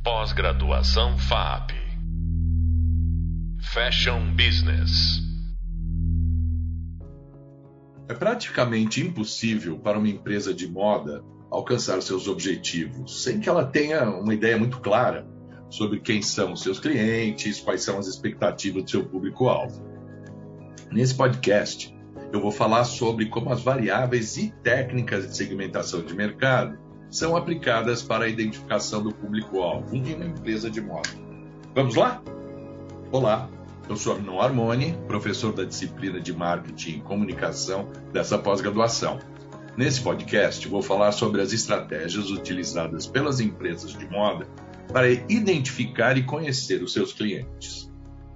Pós-graduação FAP. Fashion Business. É praticamente impossível para uma empresa de moda alcançar seus objetivos sem que ela tenha uma ideia muito clara sobre quem são os seus clientes, quais são as expectativas do seu público-alvo. Nesse podcast, eu vou falar sobre como as variáveis e técnicas de segmentação de mercado são aplicadas para a identificação do público-alvo em uma empresa de moda. Vamos lá? Olá, eu sou Arnon Armoni, professor da disciplina de Marketing e Comunicação dessa pós-graduação. Nesse podcast, vou falar sobre as estratégias utilizadas pelas empresas de moda para identificar e conhecer os seus clientes.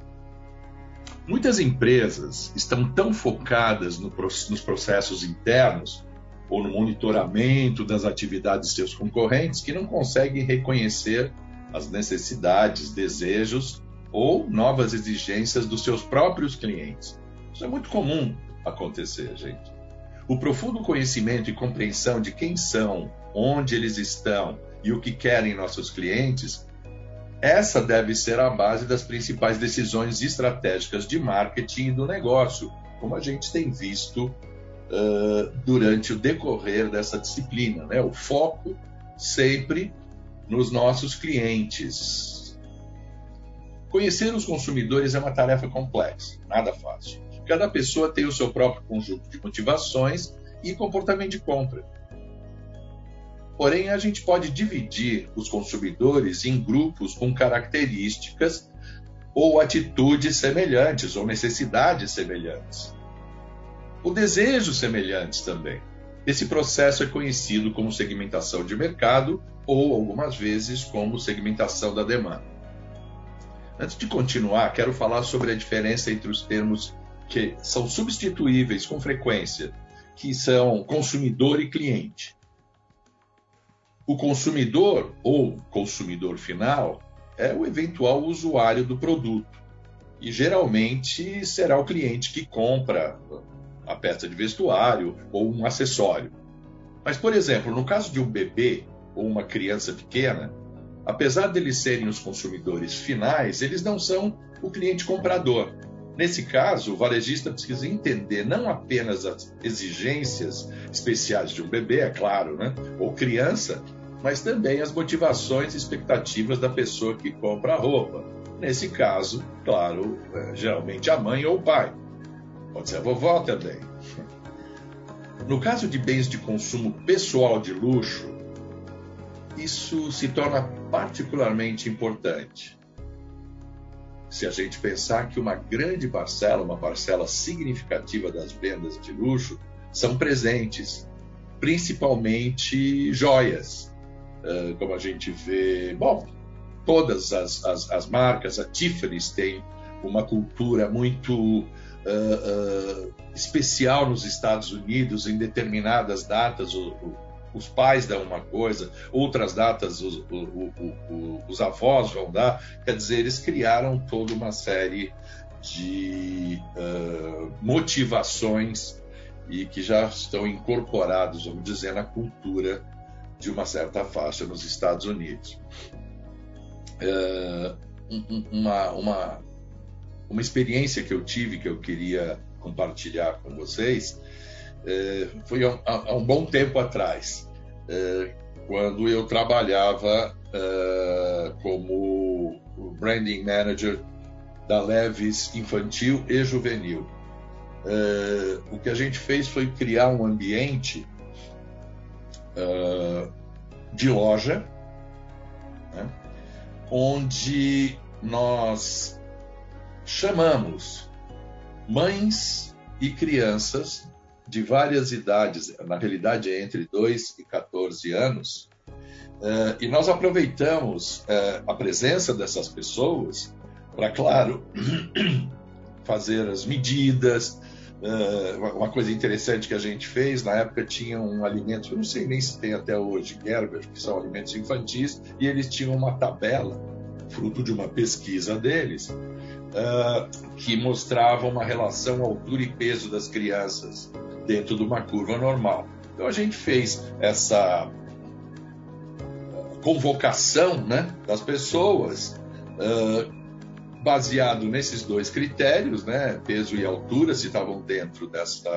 Muitas empresas estão tão focadas nos processos internos ou no monitoramento das atividades de seus concorrentes que não conseguem reconhecer as necessidades, desejos ou novas exigências dos seus próprios clientes. Isso é muito comum acontecer, gente. O profundo conhecimento e compreensão de quem são, onde eles estão e o que querem nossos clientes, essa deve ser a base das principais decisões estratégicas de marketing e do negócio, como a gente tem visto durante o decorrer dessa disciplina, né? O foco sempre nos nossos clientes. Conhecer os consumidores é uma tarefa complexa, nada fácil. Cada pessoa tem o seu próprio conjunto de motivações e comportamento de compra. Porém, a gente pode dividir os consumidores em grupos com características ou atitudes semelhantes ou necessidades semelhantes. O desejo semelhantes também. Esse processo é conhecido como segmentação de mercado ou, algumas vezes, como segmentação da demanda. Antes de continuar, quero falar sobre a diferença entre os termos que são substituíveis com frequência, que são consumidor e cliente. O consumidor, ou consumidor final, é o eventual usuário do produto e geralmente será o cliente que compra a peça de vestuário ou um acessório. Mas, por exemplo, no caso de um bebê ou uma criança pequena, apesar deles serem os consumidores finais, eles não são o cliente comprador. Nesse caso, o varejista precisa entender não apenas as exigências especiais de um bebê, é claro, né? Ou criança, mas também as motivações e expectativas da pessoa que compra a roupa. Nesse caso, claro, geralmente a mãe ou o pai. Pode ser a vovó também. No caso de bens de consumo pessoal de luxo, isso se torna particularmente importante. Se a gente pensar que uma grande parcela, uma parcela significativa das vendas de luxo são presentes, principalmente joias. Como a gente vê, todas as marcas, a Tiffany's tem uma cultura muito especial nos Estados Unidos. Em determinadas datas os pais dão uma coisa, outras datas os avós vão dar. Quer dizer, eles criaram toda uma série de motivações e que já estão incorporados, vamos dizer, na cultura de uma certa faixa nos Estados Unidos. Uma experiência que eu tive, que eu queria compartilhar com vocês, foi há um bom tempo atrás, quando eu trabalhava como branding manager da Levi's infantil e juvenil. O que a gente fez foi criar um ambiente de loja, né, onde nós chamamos mães e crianças de várias idades, na realidade é entre 2 e 14 anos, e nós aproveitamos a presença dessas pessoas para, claro, fazer as medidas. Uma coisa interessante que a gente fez, na época tinha um alimento, eu não sei nem se tem até hoje, Gerber, que são alimentos infantis, e eles tinham uma tabela, fruto de uma pesquisa deles, que mostrava uma relação altura e peso das crianças dentro de uma curva normal. Então a gente fez essa convocação, né, das pessoas, baseado nesses dois critérios, né, peso e altura, se estavam dentro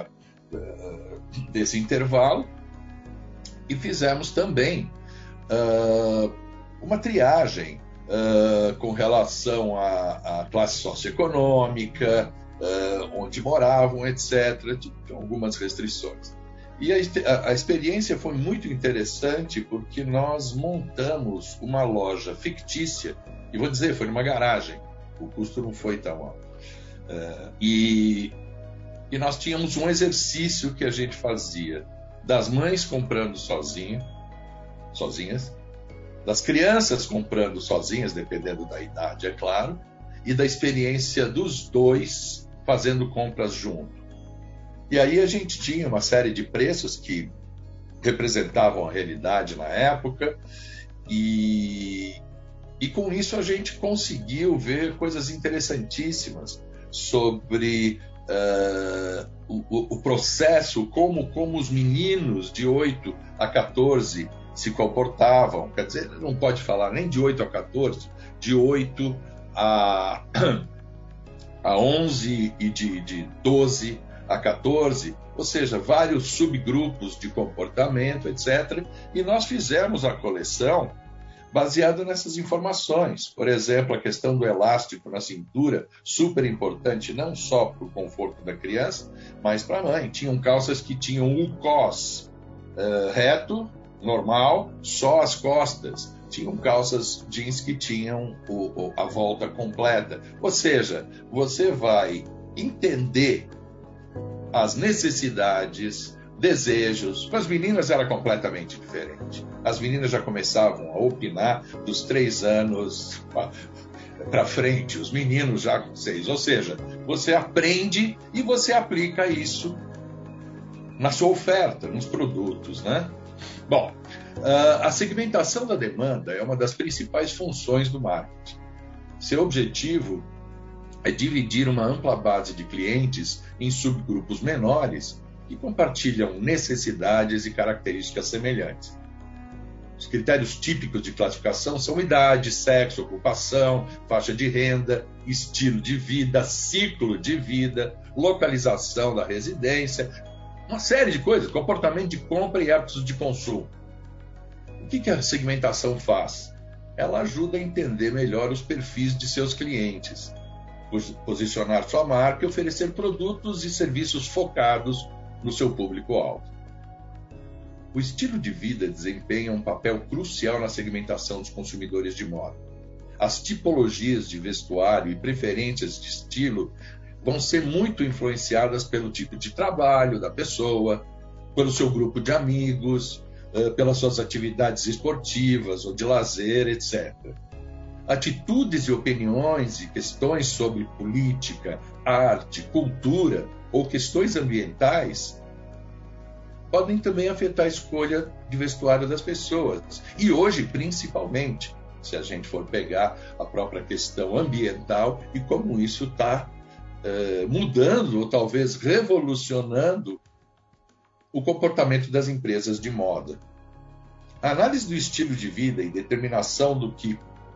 desse intervalo, e fizemos também uma triagem com relação à classe socioeconômica, onde moravam, etc. Tinha algumas restrições. E a experiência foi muito interessante porque nós montamos uma loja fictícia, e vou dizer, foi numa garagem, o custo não foi tão alto. E nós tínhamos um exercício que a gente fazia das mães comprando sozinhas, das crianças comprando sozinhas, dependendo da idade, é claro, e da experiência dos dois fazendo compras junto. E aí a gente tinha uma série de preços que representavam a realidade na época, e com isso a gente conseguiu ver coisas interessantíssimas sobre o processo, como os meninos de 8 a 14 se comportavam. Quer dizer, não pode falar nem de 8 a 14, de 8 a 11 e de 12 a 14, ou seja, vários subgrupos de comportamento, etc. E nós fizemos a coleção baseada nessas informações. Por exemplo, a questão do elástico na cintura, super importante, não só para o conforto da criança, mas para a mãe. Tinham calças que tinham o cos reto, normal, só as costas. Tinham calças jeans que tinham a volta completa. Ou seja, você vai entender as necessidades, desejos. Para as meninas era completamente diferente. As meninas já começavam a opinar dos 3 anos para frente, os meninos já com 6. Ou seja, você aprende e você aplica isso na sua oferta, nos produtos, né? Bom, a segmentação da demanda é uma das principais funções do marketing. Seu objetivo é dividir uma ampla base de clientes em subgrupos menores que compartilham necessidades e características semelhantes. Os critérios típicos de classificação são idade, sexo, ocupação, faixa de renda, estilo de vida, ciclo de vida, localização da residência, uma série de coisas, comportamento de compra e hábitos de consumo. O que a segmentação faz? Ela ajuda a entender melhor os perfis de seus clientes, posicionar sua marca e oferecer produtos e serviços focados no seu público-alvo. O estilo de vida desempenha um papel crucial na segmentação dos consumidores de moda. As tipologias de vestuário e preferências de estilo vão ser muito influenciadas pelo tipo de trabalho da pessoa, pelo seu grupo de amigos, pelas suas atividades esportivas ou de lazer, etc. Atitudes e opiniões e questões sobre política, arte, cultura ou questões ambientais podem também afetar a escolha de vestuário das pessoas. E hoje, principalmente, se a gente for pegar a própria questão ambiental e como isso está mudando ou talvez revolucionando o comportamento das empresas de moda. A análise do estilo de vida e determinação do que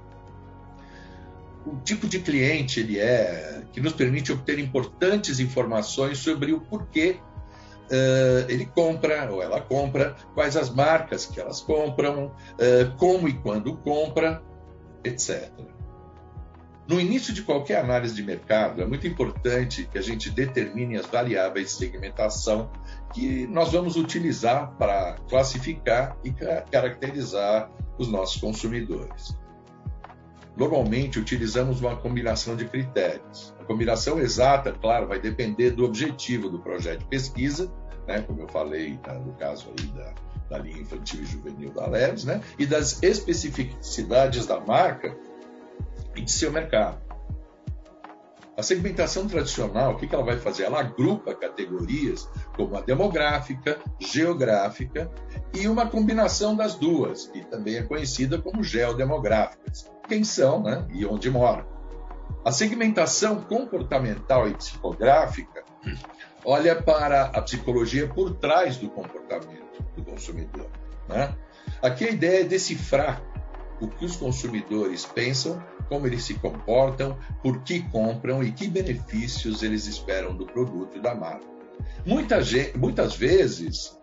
o tipo de cliente ele é, que nos permite obter importantes informações sobre o porquê ele compra ou ela compra, quais as marcas que elas compram, como e quando compra, etc. No início de qualquer análise de mercado, é muito importante que a gente determine as variáveis de segmentação que nós vamos utilizar para classificar e caracterizar os nossos consumidores. Normalmente, utilizamos uma combinação de critérios. A combinação exata, claro, vai depender do objetivo do projeto de pesquisa, né, como eu falei no caso aí da linha infantil e juvenil da Leves, né, e das especificidades da marca e de seu mercado. A segmentação tradicional, o que ela vai fazer? Ela agrupa categorias como a demográfica, geográfica e uma combinação das duas, que também é conhecida como geodemográficas. Quem são, né? E onde moram. A segmentação comportamental e psicográfica olha para a psicologia por trás do comportamento do consumidor, né? Aqui a ideia é decifrar o que os consumidores pensam, como eles se comportam, por que compram e que benefícios eles esperam do produto e da marca. Muitas vezes,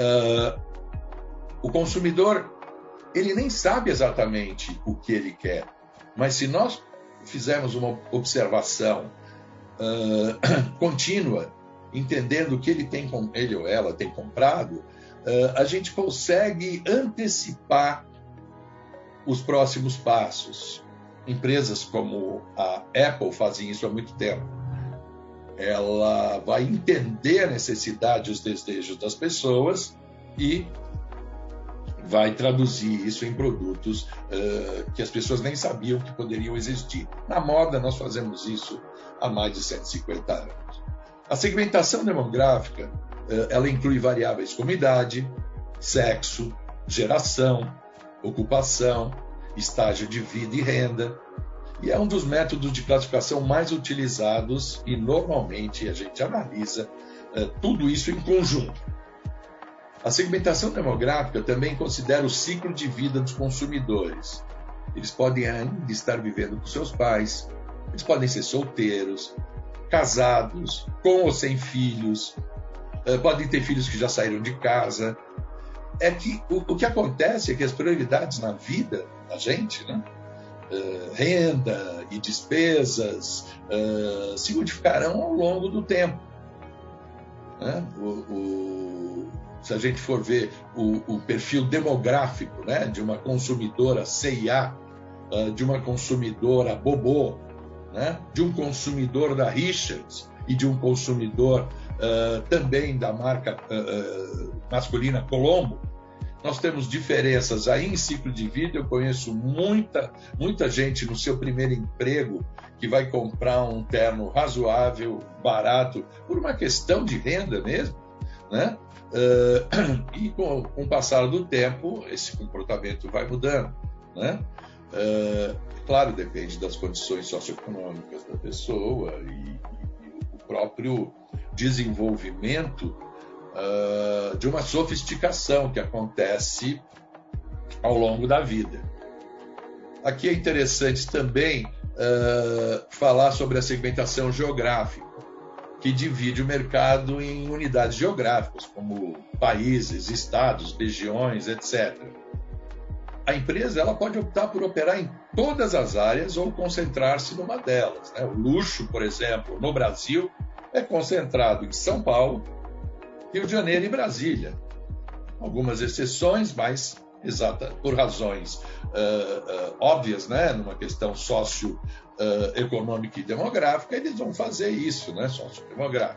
o consumidor ele nem sabe exatamente o que ele quer, mas se nós fizermos uma observação contínua, entendendo o que ele ou ela tem comprado, a gente consegue antecipar os próximos passos. Empresas como a Apple fazem isso há muito tempo. Ela vai entender a necessidade e os desejos das pessoas e vai traduzir isso em produtos que as pessoas nem sabiam que poderiam existir. Na moda, nós fazemos isso há mais de 150 anos. A segmentação demográfica, ela inclui variáveis como idade, sexo, geração, ocupação, estágio de vida e renda, e é um dos métodos de classificação mais utilizados e normalmente a gente analisa tudo isso em conjunto. A segmentação demográfica também considera o ciclo de vida dos consumidores. Eles podem ainda estar vivendo com seus pais, eles podem ser solteiros, casados, com ou sem filhos, podem ter filhos que já saíram de casa. É que o que acontece é que as prioridades na vida da gente, né, renda e despesas, se modificarão ao longo do tempo. Né? Se a gente for ver o perfil demográfico, né, de uma consumidora C&A, de uma consumidora Bobô, né, de um consumidor da Richards e de um consumidor também da marca masculina Colombo, nós temos diferenças aí em ciclo de vida. Eu conheço muita gente no seu primeiro emprego que vai comprar um terno razoável, barato, por uma questão de renda mesmo, né? E com o passar do tempo, esse comportamento vai mudando, né? Claro, depende das condições socioeconômicas da pessoa e o próprio desenvolvimento de uma sofisticação que acontece ao longo da vida. Aqui é interessante também falar sobre a segmentação geográfica, que divide o mercado em unidades geográficas, como países, estados, regiões, etc. A empresa ela pode optar por operar em todas as áreas ou concentrar-se numa delas, né? O luxo, por exemplo, no Brasil, é concentrado em São Paulo, Rio de Janeiro e Brasília. Algumas exceções, mas por razões óbvias, né? Numa questão socioeconômica e demográfica, eles vão fazer isso, né? Sociodemográfico.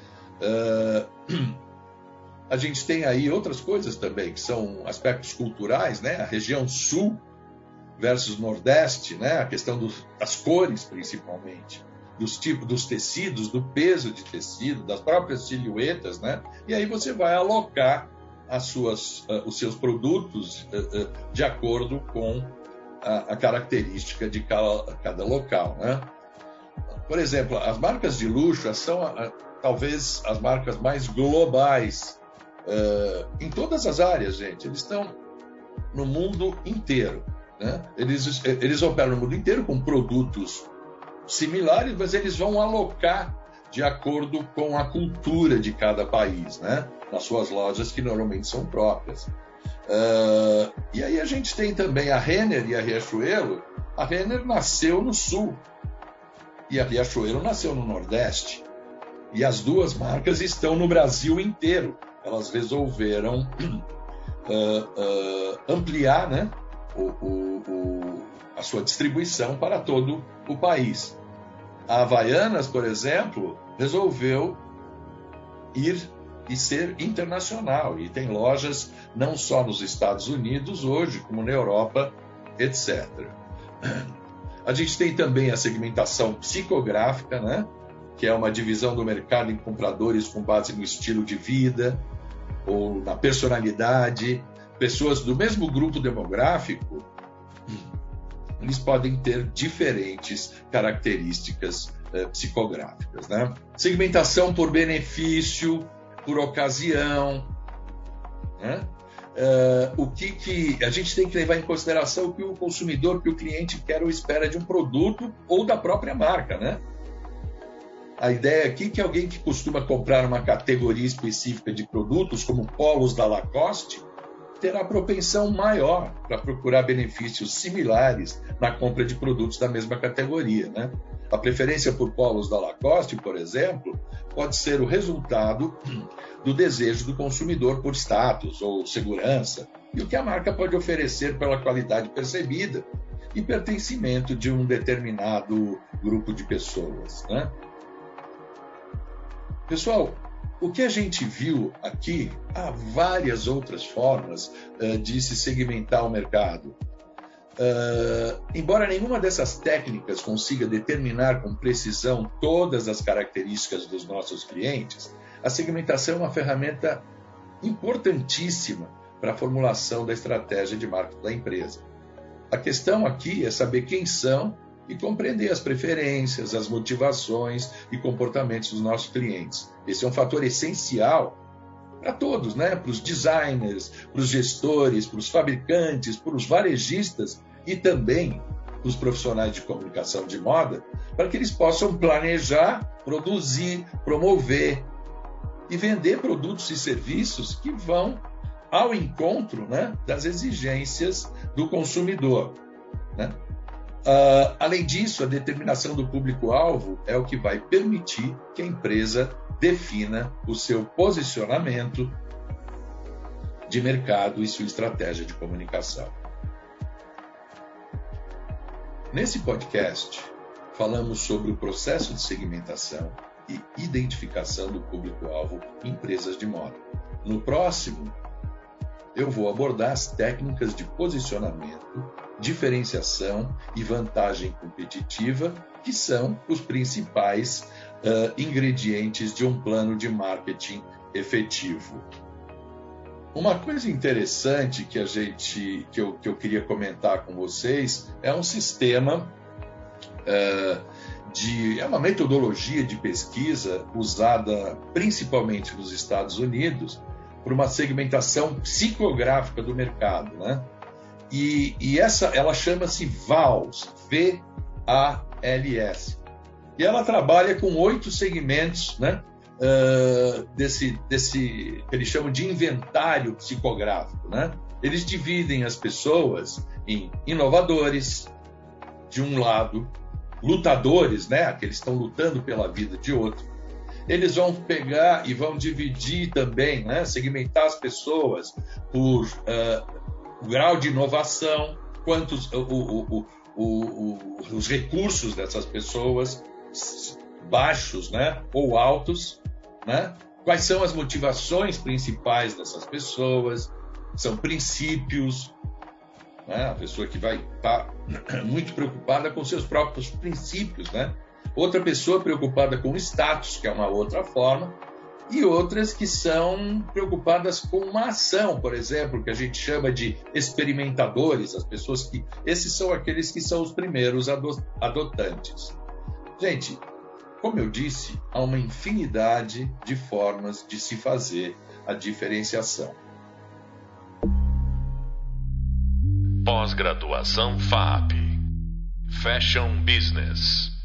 A gente tem aí outras coisas também, que são aspectos culturais, né? A região sul versus nordeste, né? A questão das cores, principalmente, dos tipos, dos tecidos, do peso de tecido, das próprias silhuetas, né? E aí você vai alocar os seus produtos de acordo com a característica de cada local, né? Por exemplo, as marcas de luxo são talvez as marcas mais globais em todas as áreas, gente. Eles estão no mundo inteiro, né? Eles operam no mundo inteiro com produtos similares, mas eles vão alocar de acordo com a cultura de cada país, né? Nas suas lojas que normalmente são próprias. E aí a gente tem também a Renner e a Riachuelo. A Renner nasceu no sul e a Riachuelo nasceu no nordeste. E as duas marcas estão no Brasil inteiro. Elas resolveram ampliar, né, a sua distribuição para todo o país. A Havaianas, por exemplo, resolveu ir e ser internacional, e tem lojas não só nos Estados Unidos hoje, como na Europa, etc. A gente tem também a segmentação psicográfica, né? Que é uma divisão do mercado em compradores com base no estilo de vida ou na personalidade. Pessoas do mesmo grupo demográfico, eles podem ter diferentes características psicográficas, né? Segmentação por benefício, por ocasião, né? o que a gente tem que levar em consideração, o que o consumidor, o que o cliente quer ou espera de um produto ou da própria marca, né? A ideia aqui é que alguém que costuma comprar uma categoria específica de produtos, como polos da Lacoste, terá propensão maior para procurar benefícios similares na compra de produtos da mesma categoria, né? A preferência por polos da Lacoste, por exemplo, pode ser o resultado do desejo do consumidor por status ou segurança e o que a marca pode oferecer pela qualidade percebida e pertencimento de um determinado grupo de pessoas, né? Pessoal, o que a gente viu aqui, há várias outras formas de se segmentar o mercado. Embora nenhuma dessas técnicas consiga determinar com precisão todas as características dos nossos clientes, a segmentação é uma ferramenta importantíssima para a formulação da estratégia de marketing da empresa. A questão aqui é saber quem são e compreender as preferências, as motivações e comportamentos dos nossos clientes. Esse é um fator essencial para todos, né? Para os designers, para os gestores, para os fabricantes, para os varejistas e também para os profissionais de comunicação de moda, para que eles possam planejar, produzir, promover e vender produtos e serviços que vão ao encontro, né, das exigências do consumidor, né? Além disso, a determinação do público-alvo é o que vai permitir que a empresa defina o seu posicionamento de mercado e sua estratégia de comunicação. Nesse podcast, falamos sobre o processo de segmentação e identificação do público-alvo em empresas de moda. No próximo, eu vou abordar as técnicas de posicionamento, diferenciação e vantagem competitiva, que são os principais ingredientes de um plano de marketing efetivo. Uma coisa interessante que eu queria comentar com vocês é um sistema é uma metodologia de pesquisa usada principalmente nos Estados Unidos por uma segmentação psicográfica do mercado, né? E ela chama-se VALS, V-A-L-S. E ela trabalha com 8 segmentos, né? Desse que eles chamam de inventário psicográfico, né? Eles dividem as pessoas em inovadores, de um lado, lutadores, né? Aqueles que estão lutando pela vida de outro. Eles vão pegar e vão dividir também, né? Segmentar as pessoas por grau de inovação, quantos os recursos dessas pessoas, baixos, né, ou altos, né? Quais são as motivações principais dessas pessoas? São princípios, né? A pessoa que vai estar muito preocupada com seus próprios princípios, né? Outra pessoa preocupada com o status, que é uma outra forma, e outras que são preocupadas com uma ação, por exemplo, que a gente chama de experimentadores, esses são aqueles que são os primeiros adotantes. Gente, como eu disse, há uma infinidade de formas de se fazer a diferenciação. Pós-graduação FAP. Fashion Business.